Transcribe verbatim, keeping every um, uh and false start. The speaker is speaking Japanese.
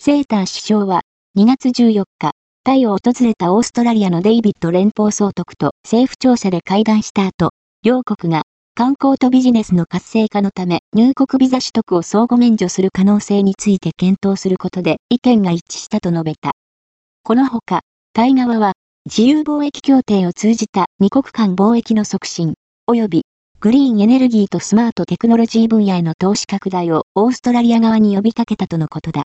セーター首相はにがつじゅうよっか、タイを訪れたオーストラリアのデイビッド連邦総督と政府庁舎で会談した後、両国が観光とビジネスの活性化のため入国ビザ取得を相互免除する可能性について検討することで意見が一致したと述べた。このほか、タイ側は自由貿易協定を通じた二国間貿易の促進、及びグリーンエネルギーとスマートテクノロジー分野への投資拡大をオーストラリア側に呼びかけたとのことだ。